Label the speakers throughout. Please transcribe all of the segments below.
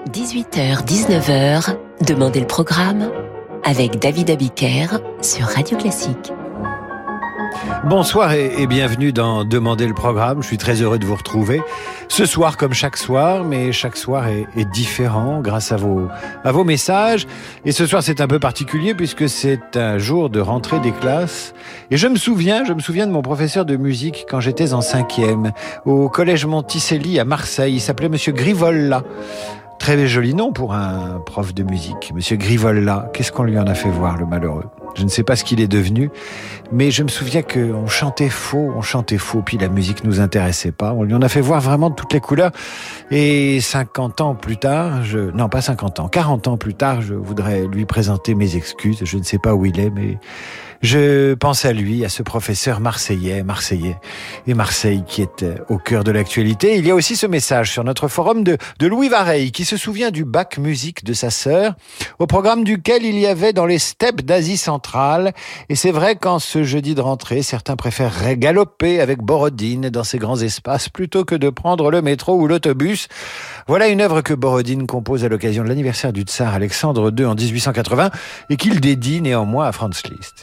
Speaker 1: 18h-19h, Demandez le programme avec David Abiker sur Radio Classique.
Speaker 2: Bonsoir et bienvenue dans Demandez le programme. Je suis très heureux de vous retrouver. Ce soir comme chaque soir, mais chaque soir est différent grâce à vos messages. Et ce soir c'est un peu particulier puisque c'est un jour de rentrée des classes. Et je me souviens de mon professeur de musique quand j'étais en 5e au collège Monticelli à Marseille. Il s'appelait Monsieur Grivolla. Très joli nom pour un prof de musique, Monsieur Grivolla. Qu'est-ce qu'on lui en a fait voir, le malheureux? Je ne sais pas ce qu'il est devenu, mais je me souviens qu'on chantait faux, puis la musique nous intéressait pas. On lui en a fait voir vraiment toutes les couleurs. Et 50 ans plus tard, 40 ans plus tard, je voudrais lui présenter mes excuses. Je ne sais pas où il est, mais je pense à lui, à ce professeur marseillais, et Marseille qui est au cœur de l'actualité. Il y a aussi ce message sur notre forum de Louis Vareille, qui se souvient du bac musique de sa sœur, au programme duquel il y avait dans les steppes d'Asie centrale. Et c'est vrai qu'en ce jeudi de rentrée, certains préféreraient galoper avec Borodine dans ces grands espaces plutôt que de prendre le métro ou l'autobus. Voilà une œuvre que Borodine compose à l'occasion de l'anniversaire du tsar Alexandre II en 1880 et qu'il dédie néanmoins à Franz Liszt.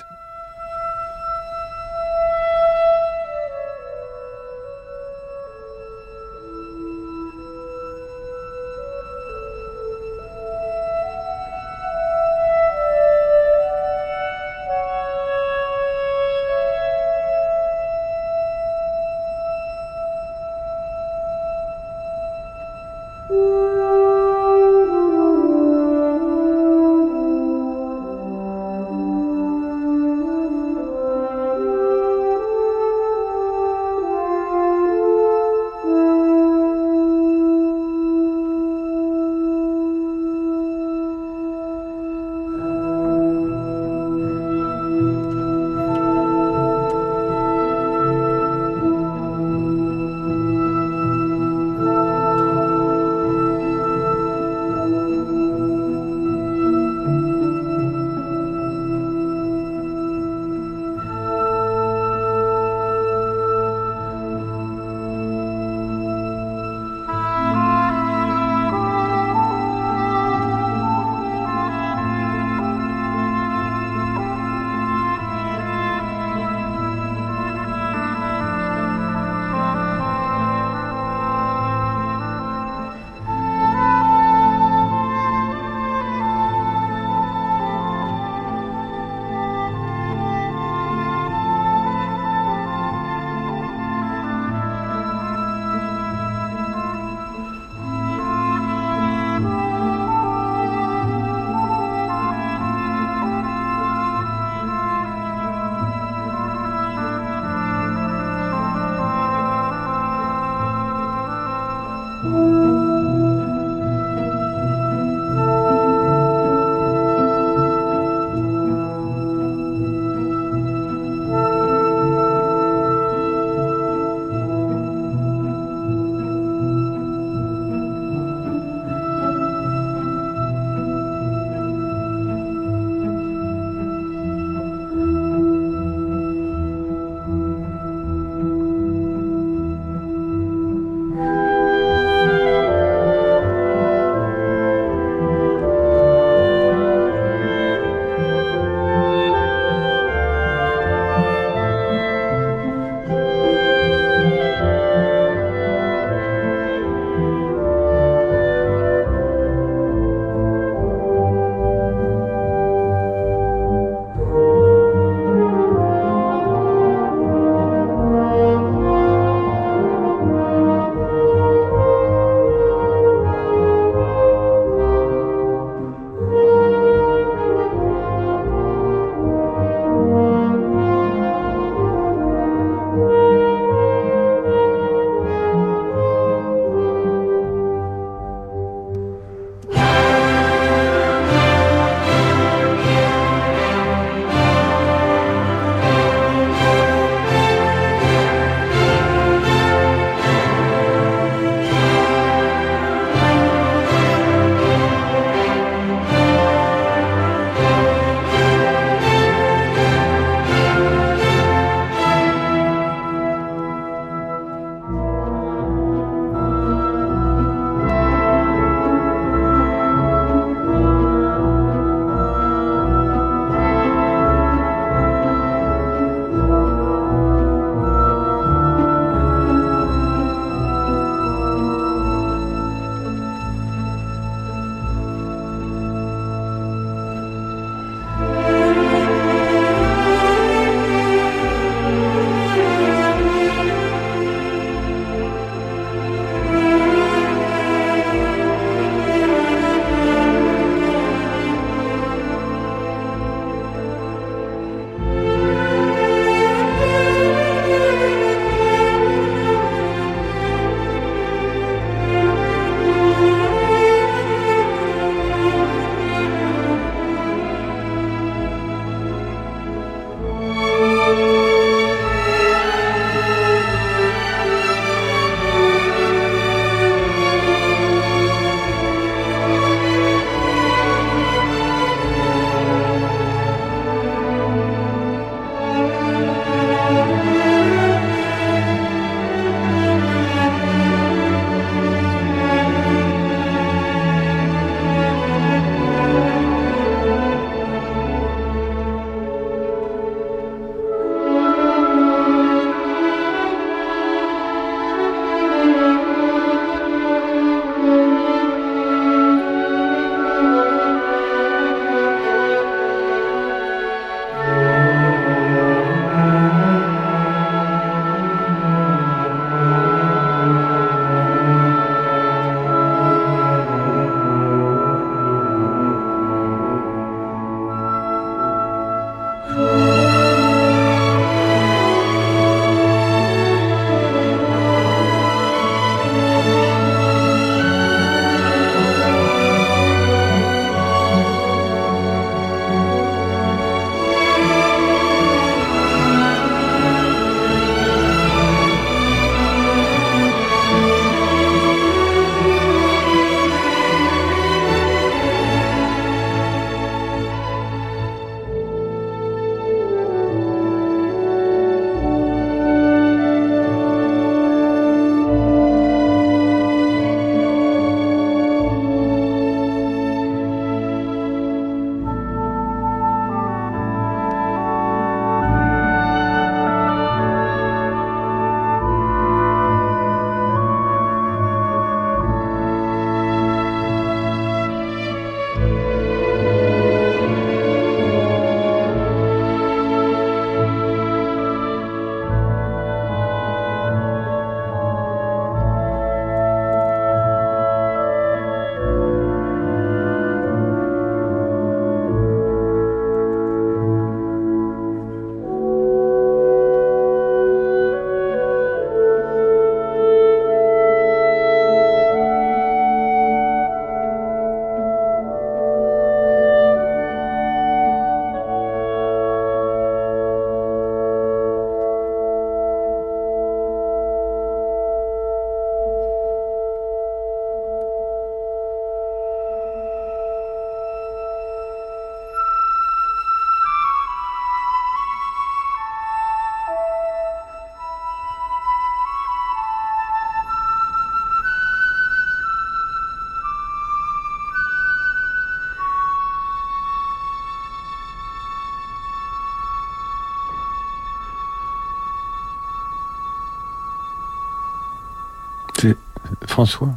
Speaker 2: François.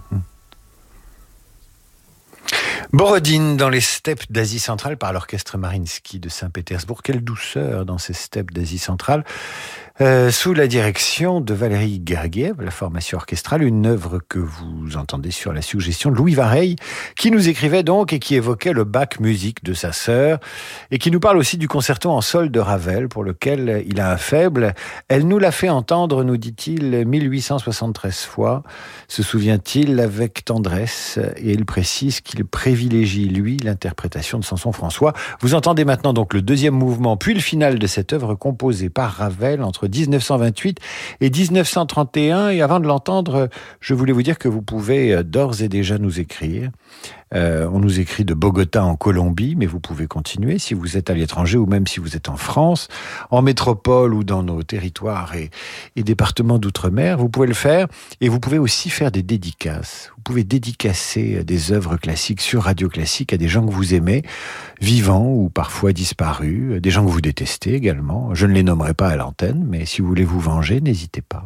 Speaker 2: Borodine dans les steppes d'Asie centrale par l'orchestre Mariinsky de Saint-Pétersbourg. Quelle douceur dans ces steppes d'Asie centrale. Sous la direction de Valérie Gergiev, la formation orchestrale, une œuvre que vous entendez sur la suggestion de Louis Vareille, qui nous écrivait donc et qui évoquait le Bach musique de sa sœur, et qui nous parle aussi du concerto en sol de Ravel, pour lequel il a un faible. Elle nous l'a fait entendre, nous dit-il, 1873 fois, se souvient-il avec tendresse, et il précise qu'il privilégie, lui, l'interprétation de Samson François. Vous entendez maintenant donc le deuxième mouvement, puis le final de cette œuvre composée par Ravel entre 1928 et 1931. Et avant de l'entendre, je voulais vous dire que vous pouvez d'ores et déjà nous écrire. On nous écrit de Bogota en Colombie, mais vous pouvez continuer si vous êtes à l'étranger ou même si vous êtes en France, en métropole ou dans nos territoires et départements d'outre-mer. Vous pouvez le faire et vous pouvez aussi faire des dédicaces. Vous pouvez dédicacer des œuvres classiques sur Radio Classique à des gens que vous aimez, vivants ou parfois disparus, des gens que vous détestez également. Je ne les nommerai pas à l'antenne, mais si vous voulez vous venger, n'hésitez pas.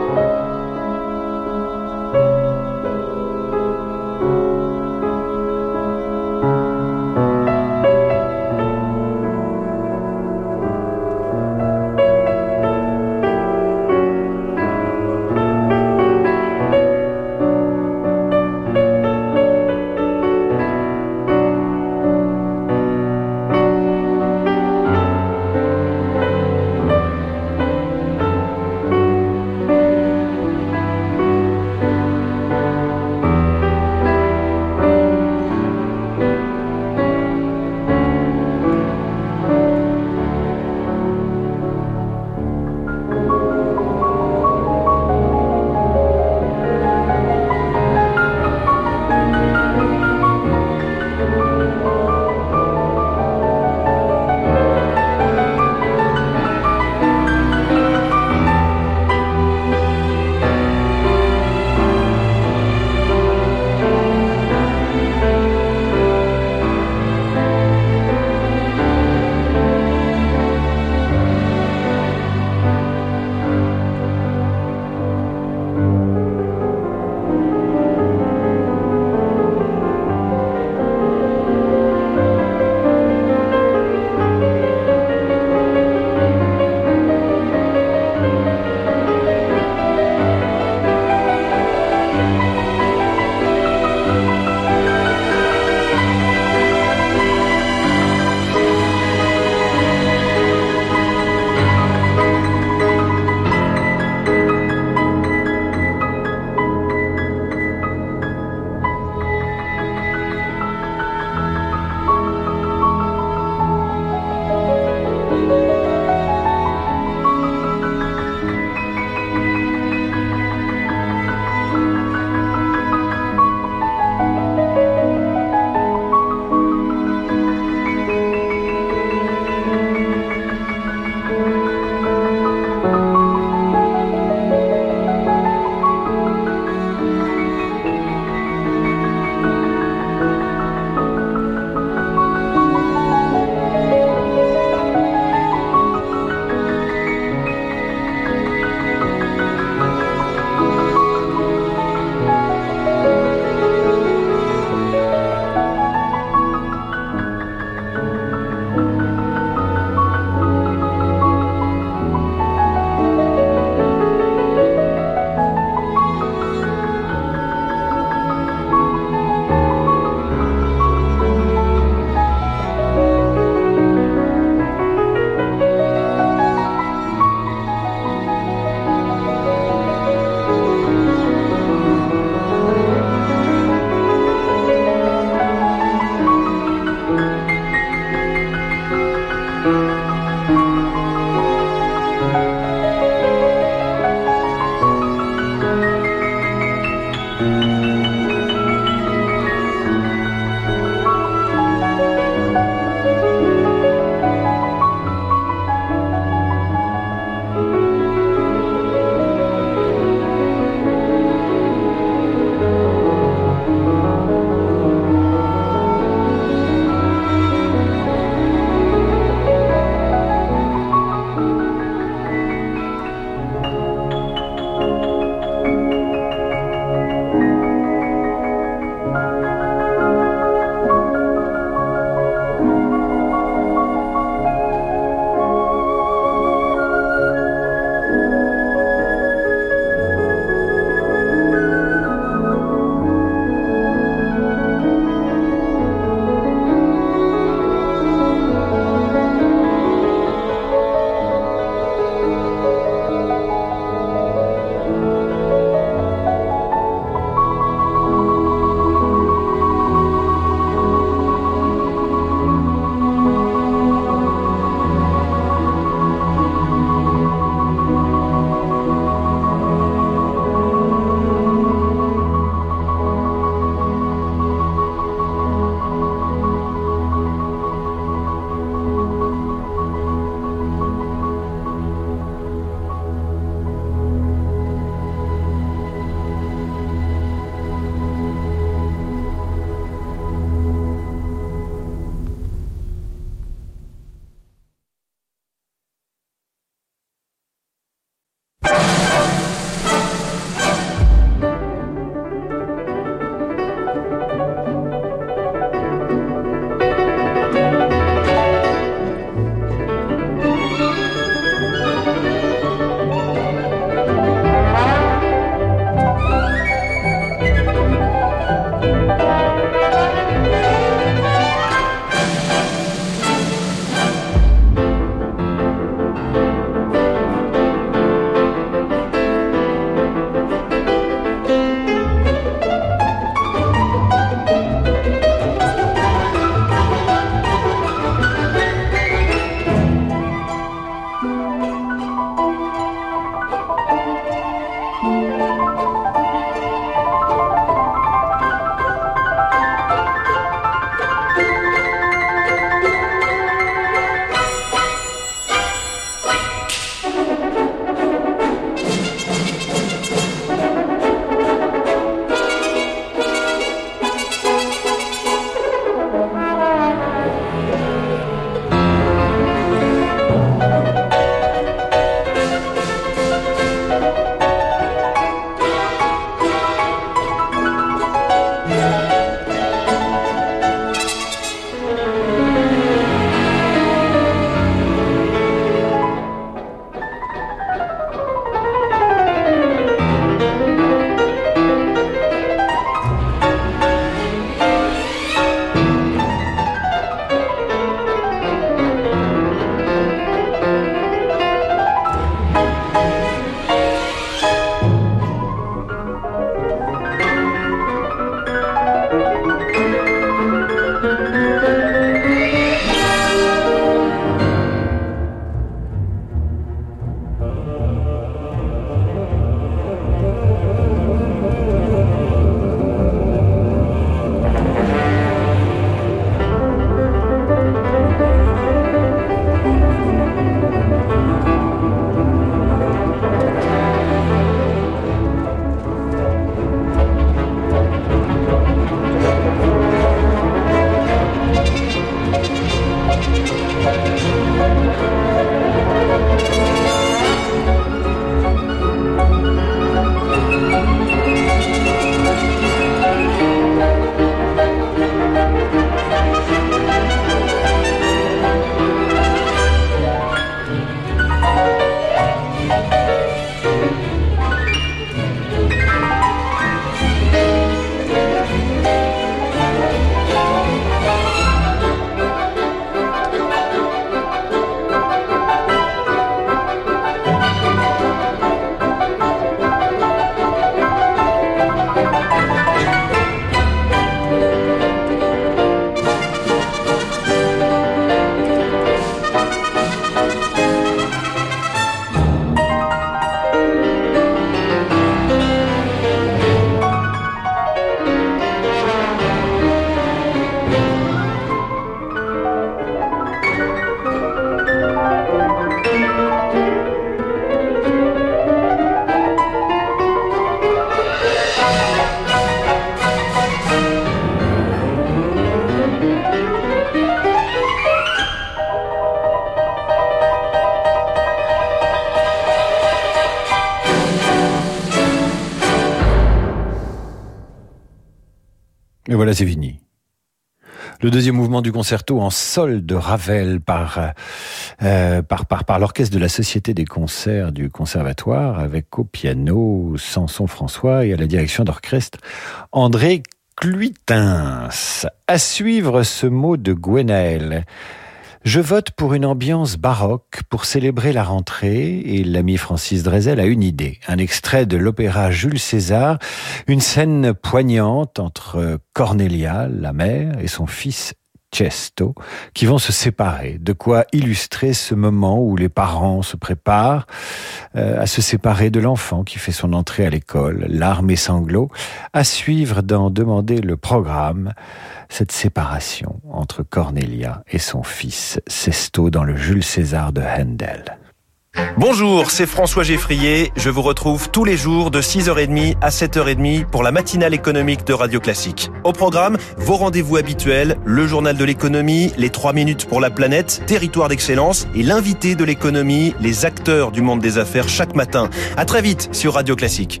Speaker 2: voilà, c'est fini. Le deuxième mouvement du concerto en sol de Ravel par l'orchestre de la Société des concerts du Conservatoire, avec au piano Samson François et à la direction d'orchestre André Cluitens. À suivre ce mot de Gwenaël. Je vote pour une ambiance baroque pour célébrer la rentrée et l'ami Francis Drezel a une idée. Un extrait de l'opéra Jules César, une scène poignante entre Cornelia, la mère, et son fils Cesto, qui vont se séparer. De quoi illustrer ce moment où les parents se préparent à se séparer de l'enfant qui fait son entrée à l'école, larmes et sanglots. À suivre dans Demander le programme, cette séparation entre Cornelia et son fils Cesto dans le Jules César de Handel.
Speaker 3: Bonjour, c'est François Geffrier. Je vous retrouve tous les jours de 6h30 à 7h30 pour la matinale économique de Radio Classique. Au programme, vos rendez-vous habituels, le journal de l'économie, les 3 minutes pour la planète, territoire d'excellence et l'invité de l'économie, les acteurs du monde des affaires chaque matin. À très vite sur Radio Classique.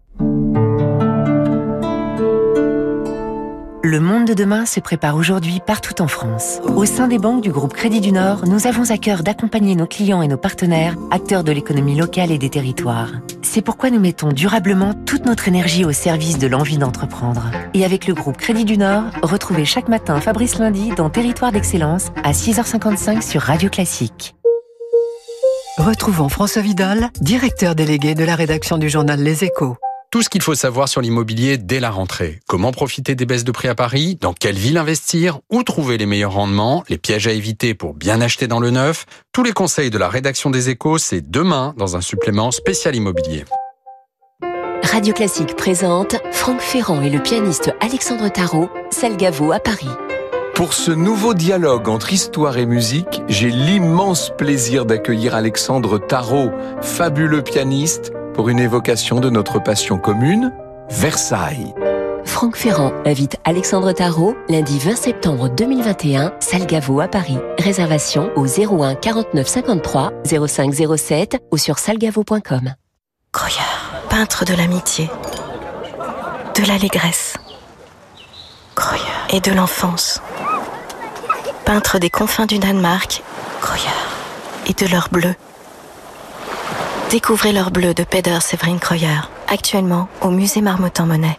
Speaker 1: Le monde de demain se prépare aujourd'hui partout en France. Au sein des banques du groupe Crédit du Nord, nous avons à cœur d'accompagner nos clients et nos partenaires, acteurs de l'économie locale et des territoires. C'est pourquoi nous mettons durablement toute notre énergie au service de l'envie d'entreprendre. Et avec le groupe Crédit du Nord, retrouvez chaque matin Fabrice Lundi dans Territoire d'excellence à 6h55 sur Radio Classique.
Speaker 4: Retrouvons François Vidal, directeur délégué de la rédaction du journal Les Échos.
Speaker 5: Tout ce qu'il faut savoir sur l'immobilier dès la rentrée. Comment profiter des baisses de prix à Paris, dans quelle ville investir, où trouver les meilleurs rendements, les pièges à éviter pour bien acheter dans le neuf. Tous les conseils de la rédaction des Échos, c'est demain dans un supplément spécial immobilier.
Speaker 1: Radio Classique présente Franck Ferrand et le pianiste Alexandre Tarot, Salgavo à Paris.
Speaker 6: Pour ce nouveau dialogue entre histoire et musique, j'ai l'immense plaisir d'accueillir Alexandre Tarot, fabuleux pianiste, pour une évocation de notre passion commune, Versailles.
Speaker 1: Franck Ferrand invite Alexandre Tarot, lundi 20 septembre 2021, Salgavo à Paris. Réservation au 01 49 53 05 07 ou sur salgavo.com.
Speaker 7: Croyer, peintre de l'amitié, de l'allégresse, Croyer et de l'enfance. Peintre des confins du Danemark, Croyer et de l'heure bleue. Découvrez l'heure bleue de Peder Severin Croyer, actuellement au musée Marmottan-Monet.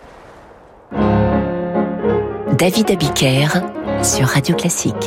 Speaker 1: David Abiker sur Radio Classique.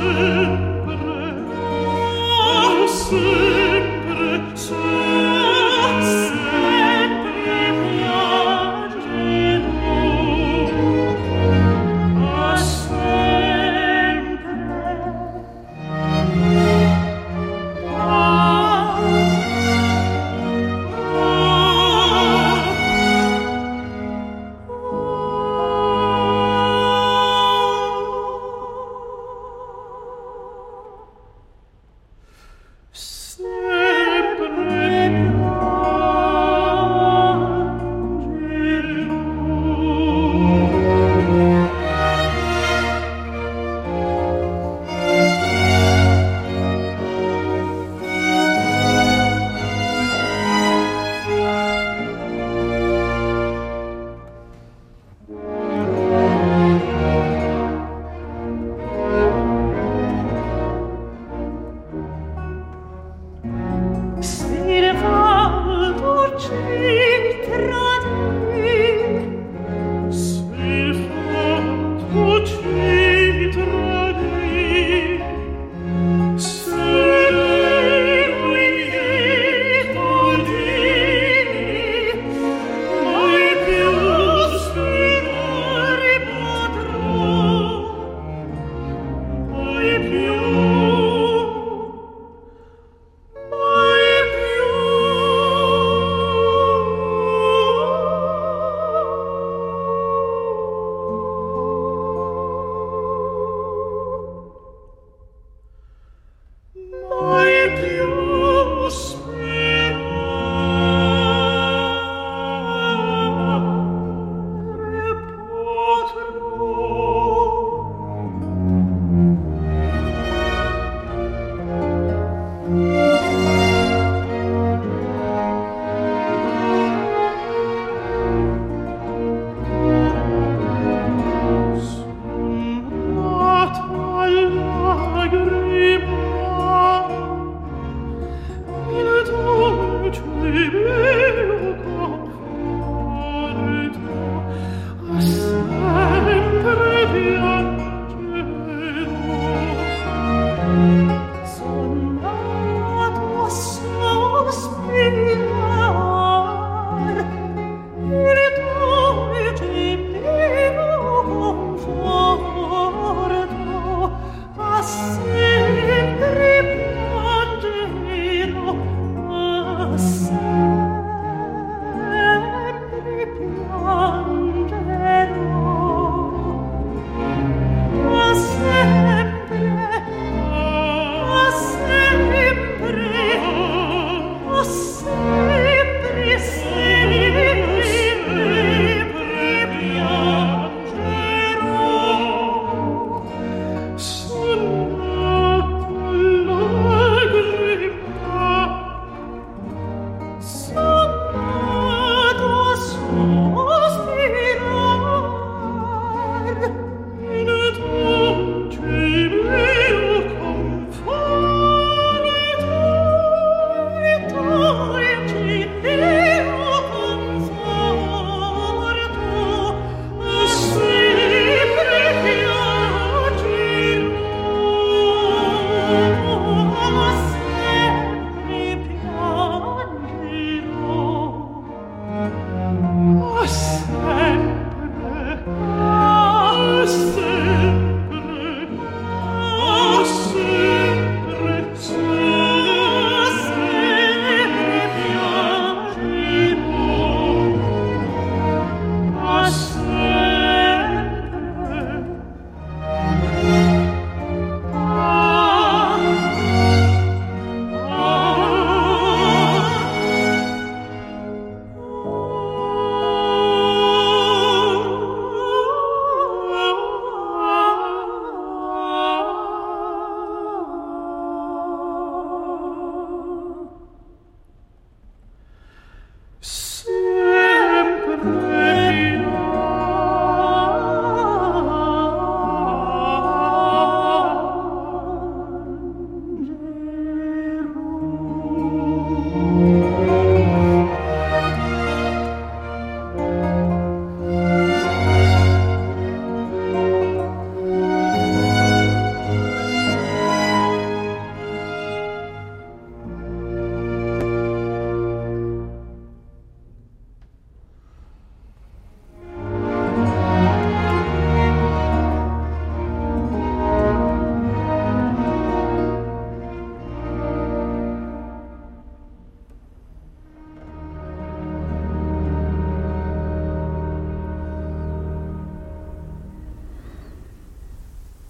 Speaker 8: Sempre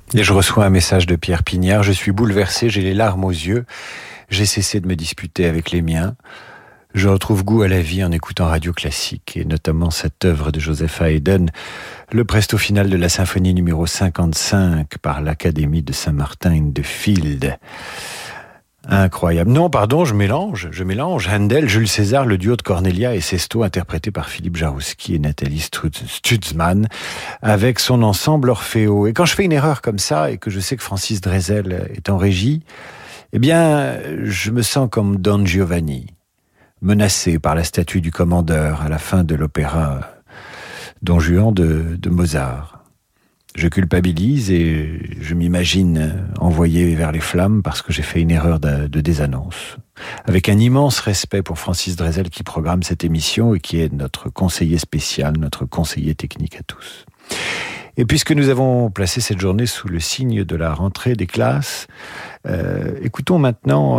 Speaker 2: Et je reçois un message de Pierre Pignard. Je suis bouleversé, j'ai les larmes aux yeux. J'ai cessé de me disputer avec les miens. Je retrouve goût à la vie en écoutant Radio Classique, et notamment cette œuvre de Joseph Haydn, le presto final de la symphonie numéro 55 par l'Académie de Saint-Martin in the Field. Incroyable. Non, pardon, je mélange. Handel, Jules César, le duo de Cornelia et Sesto, interprété par Philippe Jarouski et Nathalie Stutzmann, avec son ensemble Orfeo. Et quand je fais une erreur comme ça, et que je sais que Francis Drezel est en régie, eh bien, je me sens comme Don Giovanni, menacé par la statue du commandeur à la fin de l'opéra Don Juan de Mozart. Je culpabilise et je m'imagine envoyé vers les flammes parce que j'ai fait une erreur de désannonce. Avec un immense respect pour Francis Drezel qui programme cette émission et qui est notre conseiller spécial, notre conseiller technique à tous. Et puisque nous avons placé cette journée sous le signe de la rentrée des classes, écoutons maintenant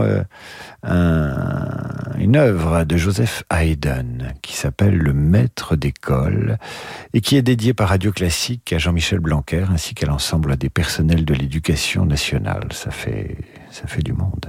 Speaker 2: une œuvre de Joseph Haydn qui s'appelle Le Maître d'école et qui est dédiée par Radio Classique à Jean-Michel Blanquer ainsi qu'à l'ensemble des personnels de l'éducation nationale. Ça fait du monde.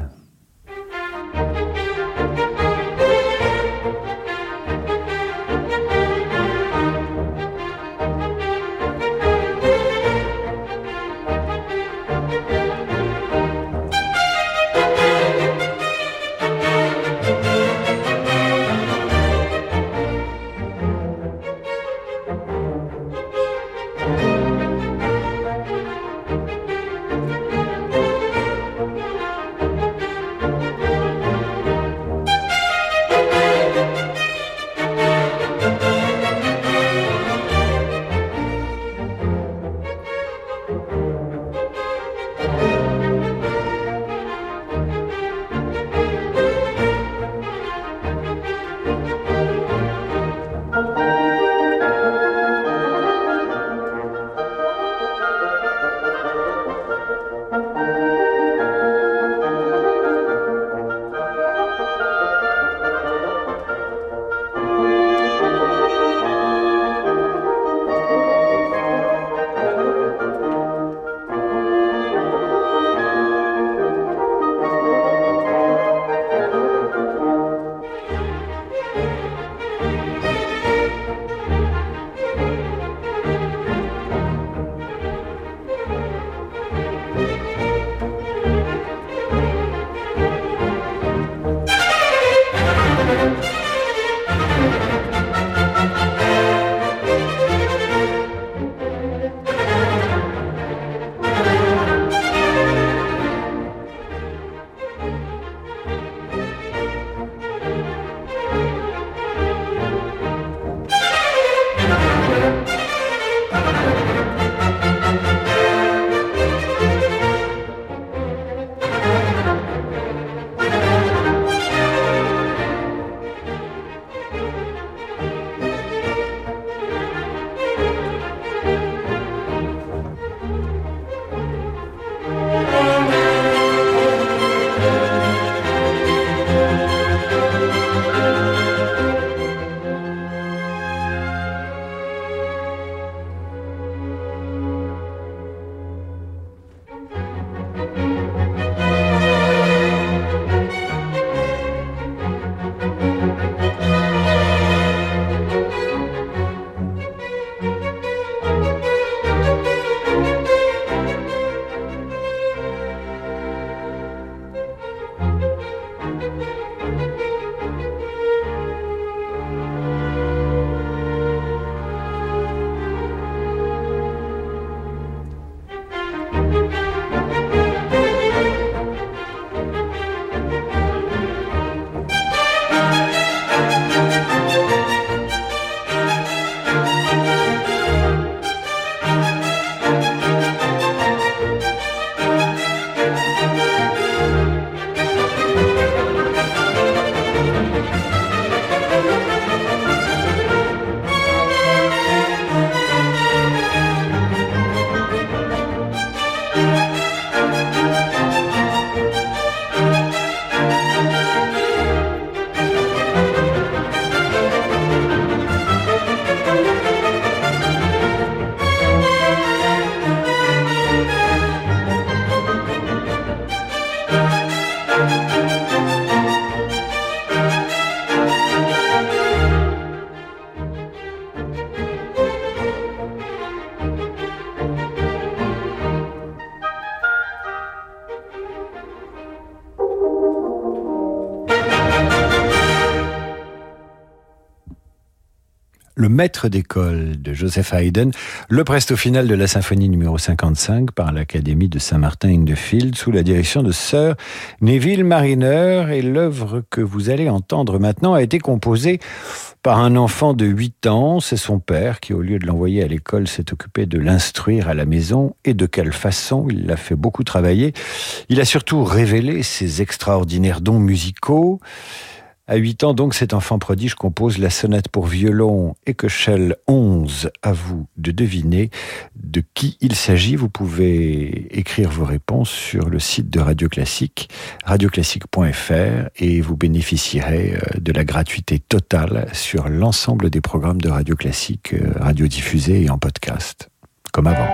Speaker 2: Le maître d'école de Joseph Haydn, le presto final de la symphonie numéro 55 par l'Académie de Saint-Martin-in-the-Fields sous la direction de Sir Neville Marriner. Et l'œuvre que vous allez entendre maintenant a été composée par un enfant de 8 ans. C'est son père qui, au lieu de l'envoyer à l'école, s'est occupé de l'instruire à la maison. Et de quelle façon? Il l'a fait beaucoup travailler. Il a surtout révélé ses extraordinaires dons musicaux. À 8 ans, donc, cet enfant prodige compose la sonate pour violon Eköchel 11. À vous de deviner de qui il s'agit. Vous pouvez écrire vos réponses sur le site de Radio Classique, radioclassique.fr, et vous bénéficierez de la gratuité totale sur l'ensemble des programmes de Radio Classique, radiodiffusés et en podcast, comme avant.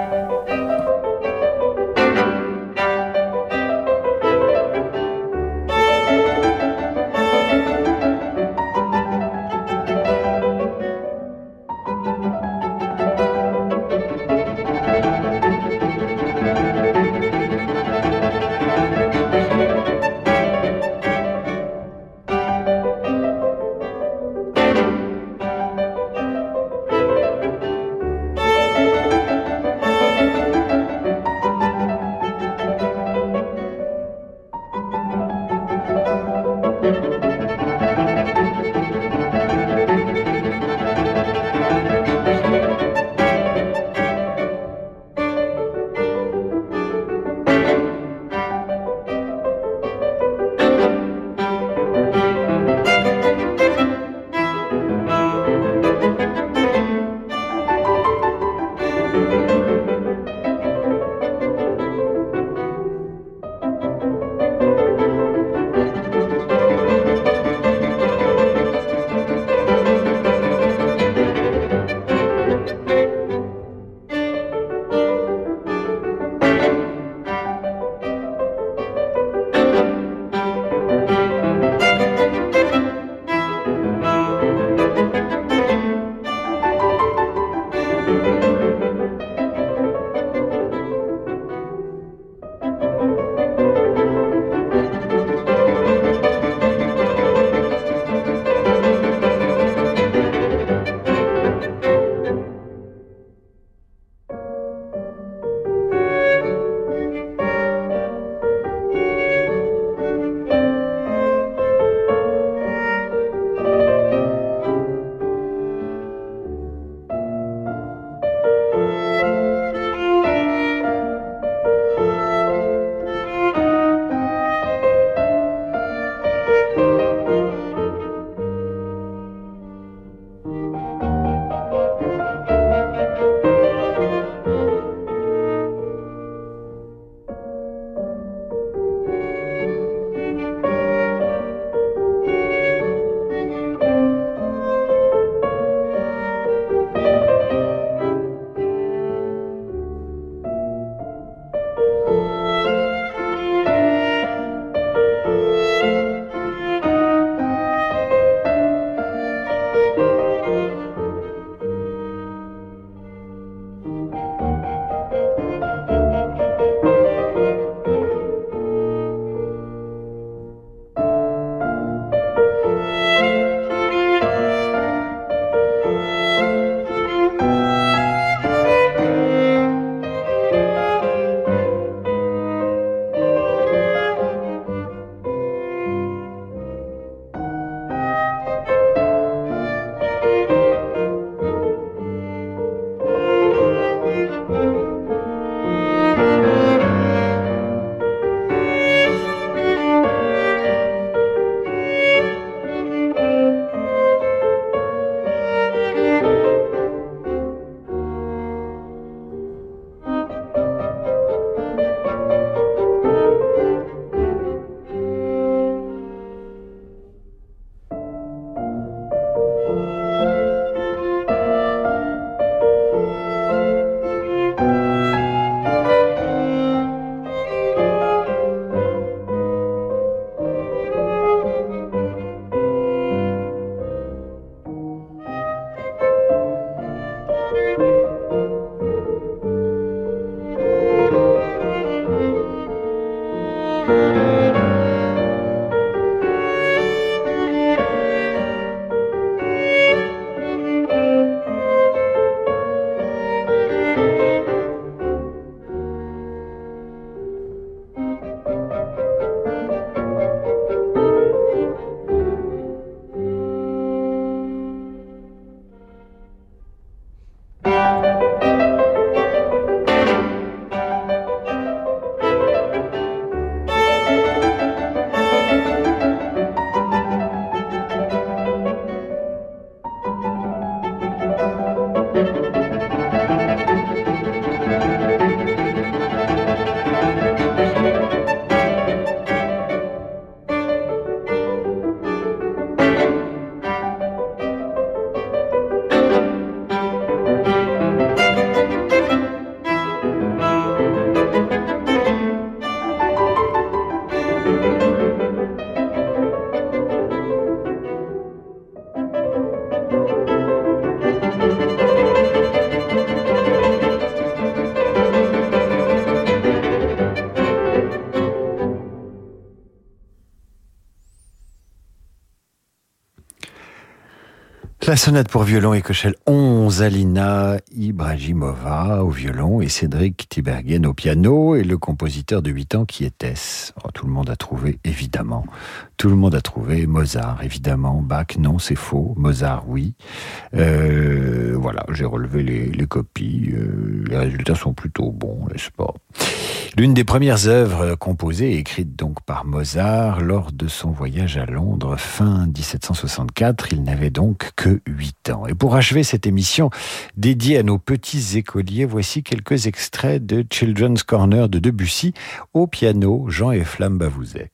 Speaker 2: La sonate pour violon et Köchel 11, Alina Ibrahimova au violon et Cédric Tiberghien au piano, et le compositeur de 8 ans, qui était-ce ? Tout le monde a trouvé, évidemment. Tout le monde a trouvé. Mozart, évidemment. Bach, non, c'est faux. Mozart, oui. Voilà, j'ai relevé les copies. Les résultats sont plutôt bons, n'est-ce pas ? L'une des premières œuvres composées et écrites donc par Mozart lors de son voyage à Londres fin 1764. Il n'avait donc que 8 ans. Et pour achever cette émission dédiée à nos petits écoliers, voici quelques extraits de Children's Corner de Debussy au piano, Jean et Flamme Bavouzet.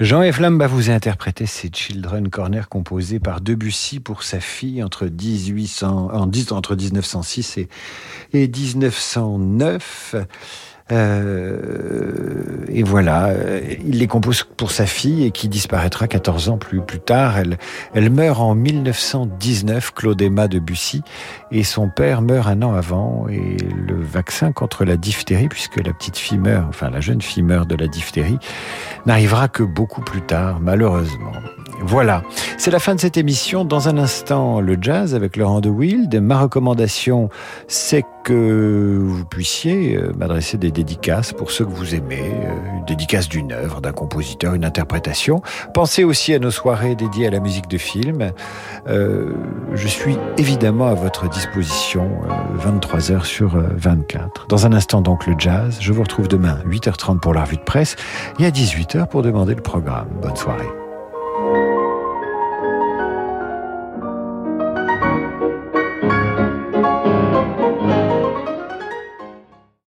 Speaker 2: Jean-Yves Lamba vous a interprété ces Children Corner composés par Debussy pour sa fille entre 1906 et 1909. Et voilà, il les compose pour sa fille et qui disparaîtra 14 ans plus tard. Elle meurt en 1919, Claude Emma Debussy, et son père meurt un an avant. Et le vaccin contre la diphtérie, puisque la petite fille meurt, enfin la jeune fille meurt de la diphtérie, n'arrivera que beaucoup plus tard, malheureusement. Voilà, c'est la fin de cette émission. Dans un instant, le jazz avec Laurent de Wild. Ma recommandation, c'est que vous puissiez m'adresser des dédicaces pour ceux que vous aimez, une dédicace d'une œuvre, d'un compositeur, une interprétation. Pensez aussi à nos soirées dédiées à la musique de film. Je suis évidemment à votre disposition 23h sur 24. Dans un instant donc le jazz. Je vous retrouve demain 8h30 pour la revue de presse et à 18h pour demander le programme. Bonne soirée.